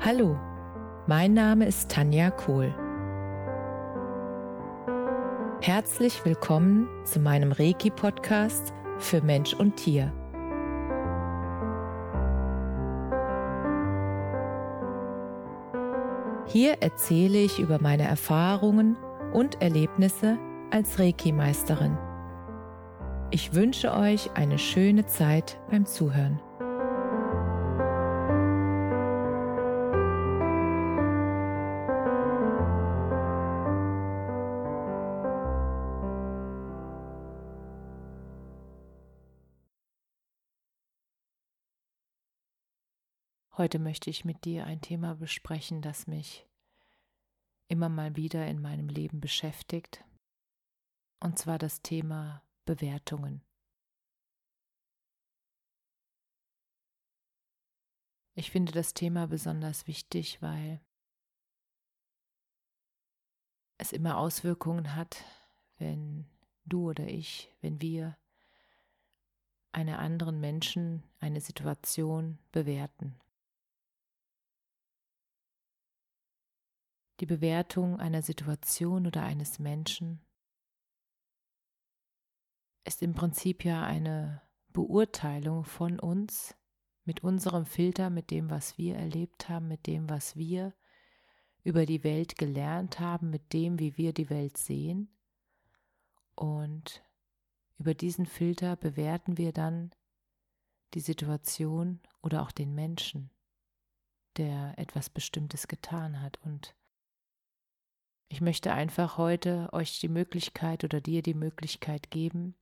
Hallo, mein Name ist Tanja Kohl. Herzlich willkommen zu meinem Reiki-Podcast für Mensch und Tier. Hier erzähle ich über meine Erfahrungen und Erlebnisse als Reiki-Meisterin. Ich wünsche euch eine schöne Zeit beim Zuhören. Heute möchte ich mit dir ein Thema besprechen, das mich immer mal wieder in meinem Leben beschäftigt, und zwar das Thema Bewertungen. Ich finde das Thema besonders wichtig, weil es immer Auswirkungen hat, wenn du oder ich, wenn wir einen anderen Menschen, eine Situation bewerten. Die Bewertung einer Situation oder eines Menschen ist im Prinzip ja eine Beurteilung von uns mit unserem Filter, mit dem, was wir erlebt haben, mit dem, was wir über die Welt gelernt haben, mit dem, wie wir die Welt sehen. Und über diesen Filter bewerten wir dann die Situation oder auch den Menschen, der etwas Bestimmtes getan hat. Und ich möchte einfach heute euch die Möglichkeit oder dir die Möglichkeit geben,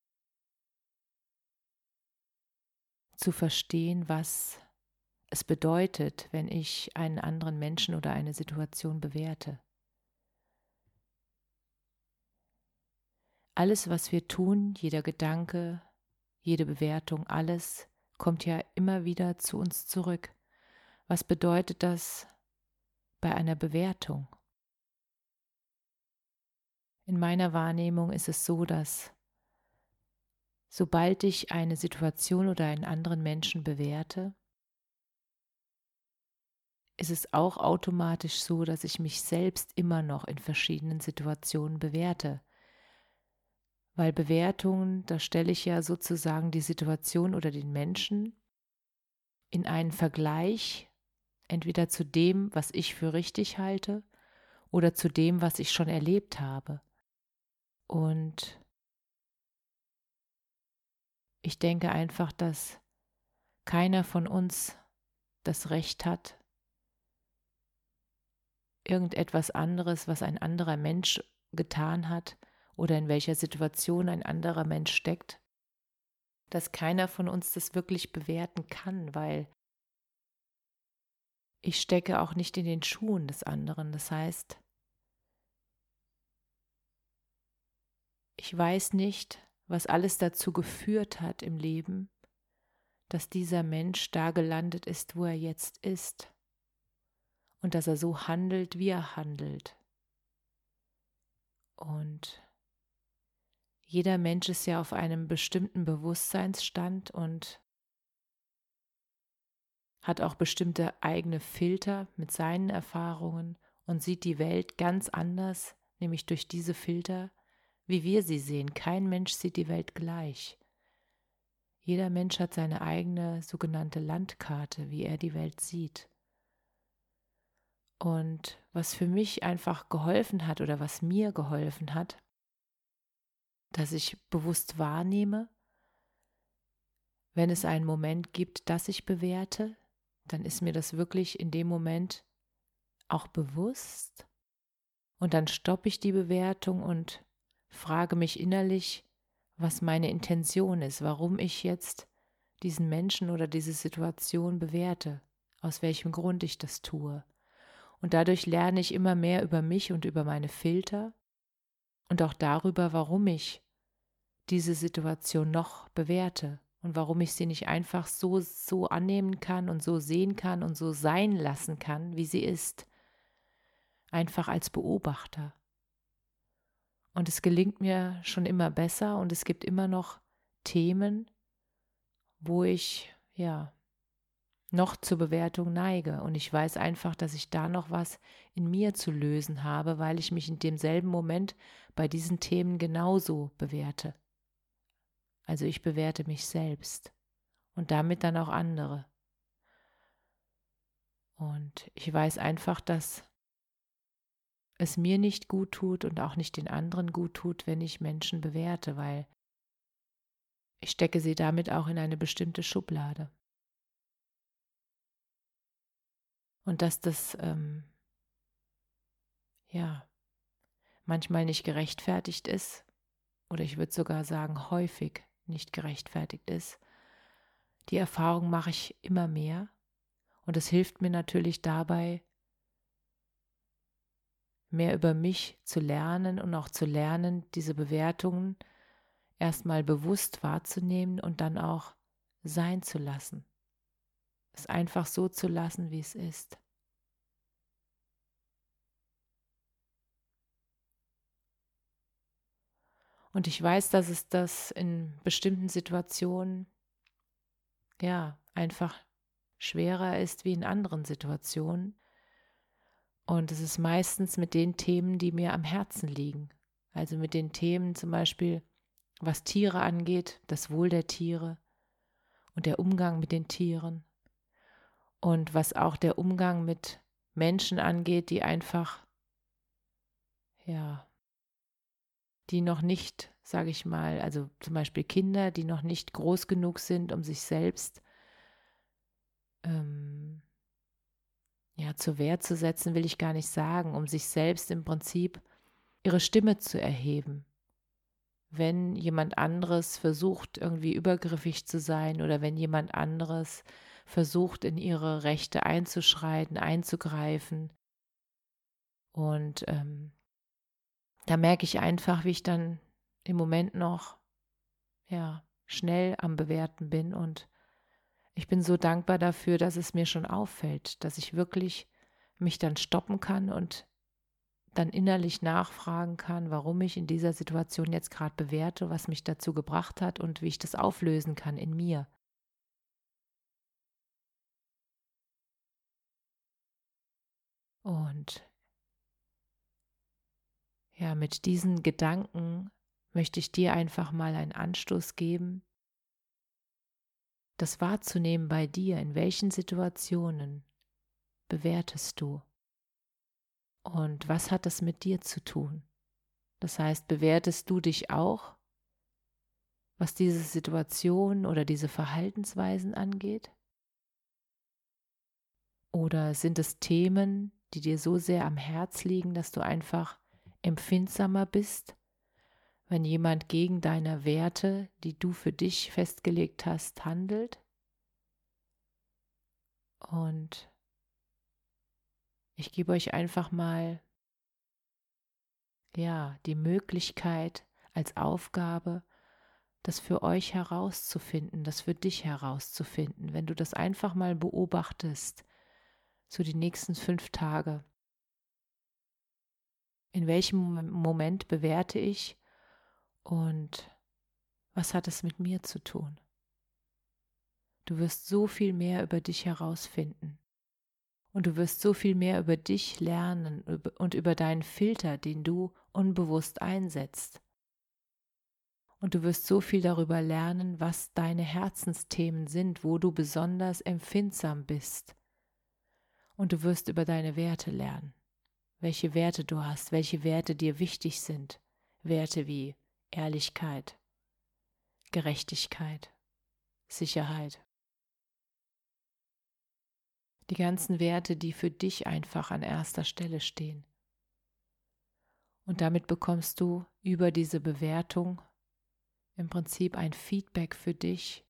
zu verstehen, was es bedeutet, wenn ich einen anderen Menschen oder eine Situation bewerte. Alles, was wir tun, jeder Gedanke, jede Bewertung, alles kommt ja immer wieder zu uns zurück. Was bedeutet das bei einer Bewertung? In meiner Wahrnehmung ist es so, dass sobald ich eine Situation oder einen anderen Menschen bewerte, ist es auch automatisch so, dass ich mich selbst immer noch in verschiedenen Situationen bewerte. Weil Bewertungen, da stelle ich ja sozusagen die Situation oder den Menschen in einen Vergleich, entweder zu dem, was ich für richtig halte, oder zu dem, was ich schon erlebt habe. Und ich denke einfach, dass keiner von uns das Recht hat, irgendetwas anderes, was ein anderer Mensch getan hat oder in welcher Situation ein anderer Mensch steckt, dass keiner von uns das wirklich bewerten kann, weil ich stecke auch nicht in den Schuhen des anderen. Das heißt, ich weiß nicht, was alles dazu geführt hat im Leben, dass dieser Mensch da gelandet ist, wo er jetzt ist. Und dass er so handelt, wie er handelt. Und jeder Mensch ist ja auf einem bestimmten Bewusstseinsstand und hat auch bestimmte eigene Filter mit seinen Erfahrungen und sieht die Welt ganz anders, nämlich durch diese Filter, wie wir sie sehen. Kein Mensch sieht die Welt gleich. Jeder Mensch hat seine eigene sogenannte Landkarte, wie er die Welt sieht. Und was für mich einfach geholfen hat oder was mir geholfen hat, dass ich bewusst wahrnehme, wenn es einen Moment gibt, dass ich bewerte, dann ist mir das wirklich in dem Moment auch bewusst. Und dann stoppe ich die Bewertung und frage mich innerlich, was meine Intention ist, warum ich jetzt diesen Menschen oder diese Situation bewerte, aus welchem Grund ich das tue. Und dadurch lerne ich immer mehr über mich und über meine Filter und auch darüber, warum ich diese Situation noch bewerte und warum ich sie nicht einfach so annehmen kann und so sehen kann und so sein lassen kann, wie sie ist. Einfach als Beobachter. Und es gelingt mir schon immer besser und es gibt immer noch Themen, wo ich, noch zur Bewertung neige. Und ich weiß einfach, dass ich da noch was in mir zu lösen habe, weil ich mich in demselben Moment bei diesen Themen genauso bewerte. Also ich bewerte mich selbst und damit dann auch andere. Und ich weiß einfach, dass es mir nicht gut tut und auch nicht den anderen gut tut, wenn ich Menschen bewerte, weil ich stecke sie damit auch in eine bestimmte Schublade. Und dass das ja manchmal nicht gerechtfertigt ist, oder ich würde sogar sagen häufig nicht gerechtfertigt ist, die Erfahrung mache ich immer mehr und es hilft mir natürlich dabei, mehr über mich zu lernen und auch zu lernen, diese Bewertungen erstmal bewusst wahrzunehmen und dann auch sein zu lassen. Es einfach so zu lassen, wie es ist. Und ich weiß, dass es das in bestimmten Situationen ja einfach schwerer ist wie in anderen Situationen. Und es ist meistens mit den Themen, die mir am Herzen liegen. Also mit den Themen zum Beispiel, was Tiere angeht, das Wohl der Tiere und der Umgang mit den Tieren. Und was auch der Umgang mit Menschen angeht, die einfach, ja, die noch nicht, sage ich mal, also zum Beispiel Kinder, die noch nicht groß genug sind, um sich selbst ja, zur Wehr zu setzen, will ich gar nicht sagen, um sich selbst im Prinzip ihre Stimme zu erheben. Wenn jemand anderes versucht, irgendwie übergriffig zu sein oder wenn jemand anderes versucht, in ihre Rechte einzuschreiten, einzugreifen. Und da merke ich einfach, wie ich dann im Moment noch ja, schnell am Bewerten bin. Und ich bin so dankbar dafür, dass es mir schon auffällt, dass ich wirklich mich dann stoppen kann und dann innerlich nachfragen kann, warum ich in dieser Situation jetzt gerade bewerte, was mich dazu gebracht hat und wie ich das auflösen kann in mir. Und ja, mit diesen Gedanken möchte ich dir einfach mal einen Anstoß geben, das wahrzunehmen bei dir, in welchen Situationen bewertest du und was hat das mit dir zu tun? Das heißt, bewertest du dich auch, was diese Situation oder diese Verhaltensweisen angeht? Oder sind es Themen, die dir so sehr am Herz liegen, dass du einfach empfindsamer bist, wenn jemand gegen deine Werte, die du für dich festgelegt hast, handelt? Und ich gebe euch einfach mal, ja, die Möglichkeit als Aufgabe, das für euch herauszufinden, das für dich herauszufinden, wenn du das einfach mal beobachtest, so die nächsten 5 Tage. In welchem Moment bewerte ich und was hat es mit mir zu tun? Du wirst so viel mehr über dich herausfinden und du wirst so viel mehr über dich lernen und über deinen Filter, den du unbewusst einsetzt. Und du wirst so viel darüber lernen, was deine Herzensthemen sind, wo du besonders empfindsam bist. Und du wirst über deine Werte lernen, welche Werte du hast, welche Werte dir wichtig sind. Werte wie Ehrlichkeit, Gerechtigkeit, Sicherheit. Die ganzen Werte, die für dich einfach an erster Stelle stehen. Und damit bekommst du über diese Bewertung im Prinzip ein Feedback für dich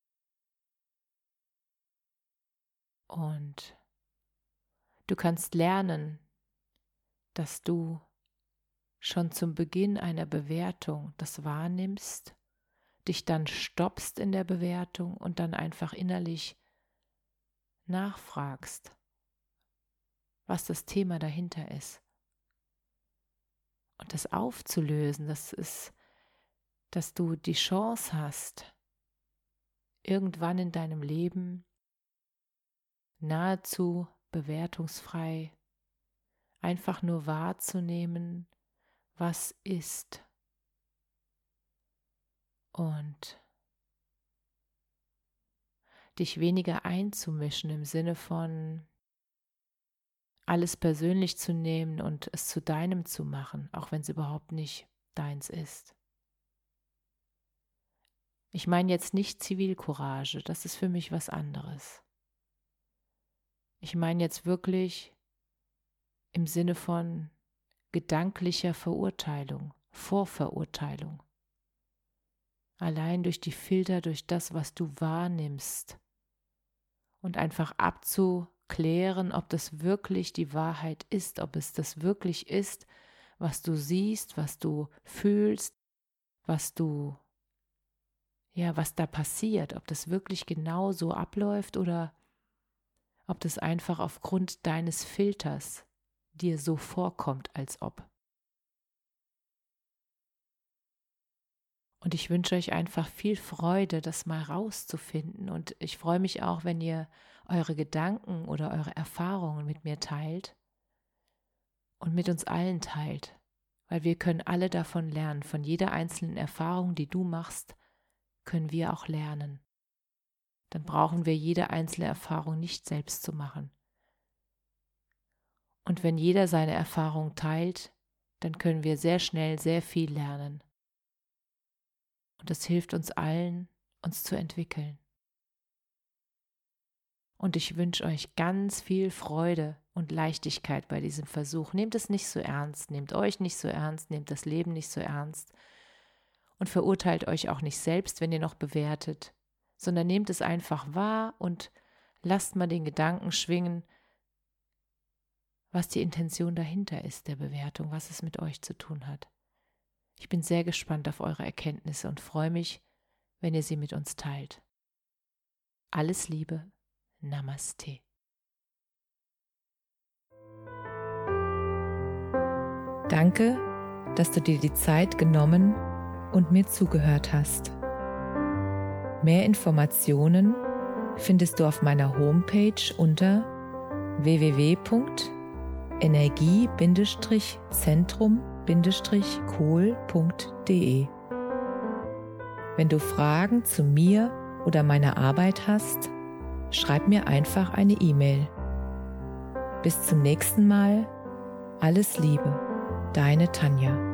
und du kannst lernen, dass du schon zum Beginn einer Bewertung das wahrnimmst, dich dann stoppst in der Bewertung und dann einfach innerlich nachfragst, was das Thema dahinter ist. Und das aufzulösen, das ist, dass du die Chance hast, irgendwann in deinem Leben nahezu bewertungsfrei, einfach nur wahrzunehmen, was ist. Und dich weniger einzumischen im Sinne von alles persönlich zu nehmen und es zu deinem zu machen, auch wenn es überhaupt nicht deins ist. Ich meine jetzt nicht Zivilcourage, das ist für mich was anderes. Ich meine jetzt wirklich im Sinne von gedanklicher Verurteilung, Vorverurteilung. Allein durch die Filter, durch das, was du wahrnimmst und einfach abzuklären, ob das wirklich die Wahrheit ist, ob es das wirklich ist, was du siehst, was du fühlst, was da passiert, ob das wirklich genau so abläuft oder ob das einfach aufgrund deines Filters dir so vorkommt, als ob. Und ich wünsche euch einfach viel Freude, das mal rauszufinden. Und ich freue mich auch, wenn ihr eure Gedanken oder eure Erfahrungen mit mir teilt und mit uns allen teilt, weil wir können alle davon lernen. Von jeder einzelnen Erfahrung, die du machst, können wir auch lernen. Dann brauchen wir jede einzelne Erfahrung nicht selbst zu machen. Und wenn jeder seine Erfahrung teilt, dann können wir sehr schnell sehr viel lernen. Und das hilft uns allen, uns zu entwickeln. Und ich wünsche euch ganz viel Freude und Leichtigkeit bei diesem Versuch. Nehmt es nicht so ernst, nehmt euch nicht so ernst, nehmt das Leben nicht so ernst und verurteilt euch auch nicht selbst, wenn ihr noch bewertet, sondern nehmt es einfach wahr und lasst mal den Gedanken schwingen, was die Intention dahinter ist, der Bewertung, was es mit euch zu tun hat. Ich bin sehr gespannt auf eure Erkenntnisse und freue mich, wenn ihr sie mit uns teilt. Alles Liebe, Namaste. Danke, dass du dir die Zeit genommen und mir zugehört hast. Mehr Informationen findest du auf meiner Homepage unter www.energie-zentrum-kohl.de. Wenn du Fragen zu mir oder meiner Arbeit hast, schreib mir einfach eine E-Mail. Bis zum nächsten Mal. Alles Liebe, deine Tanja.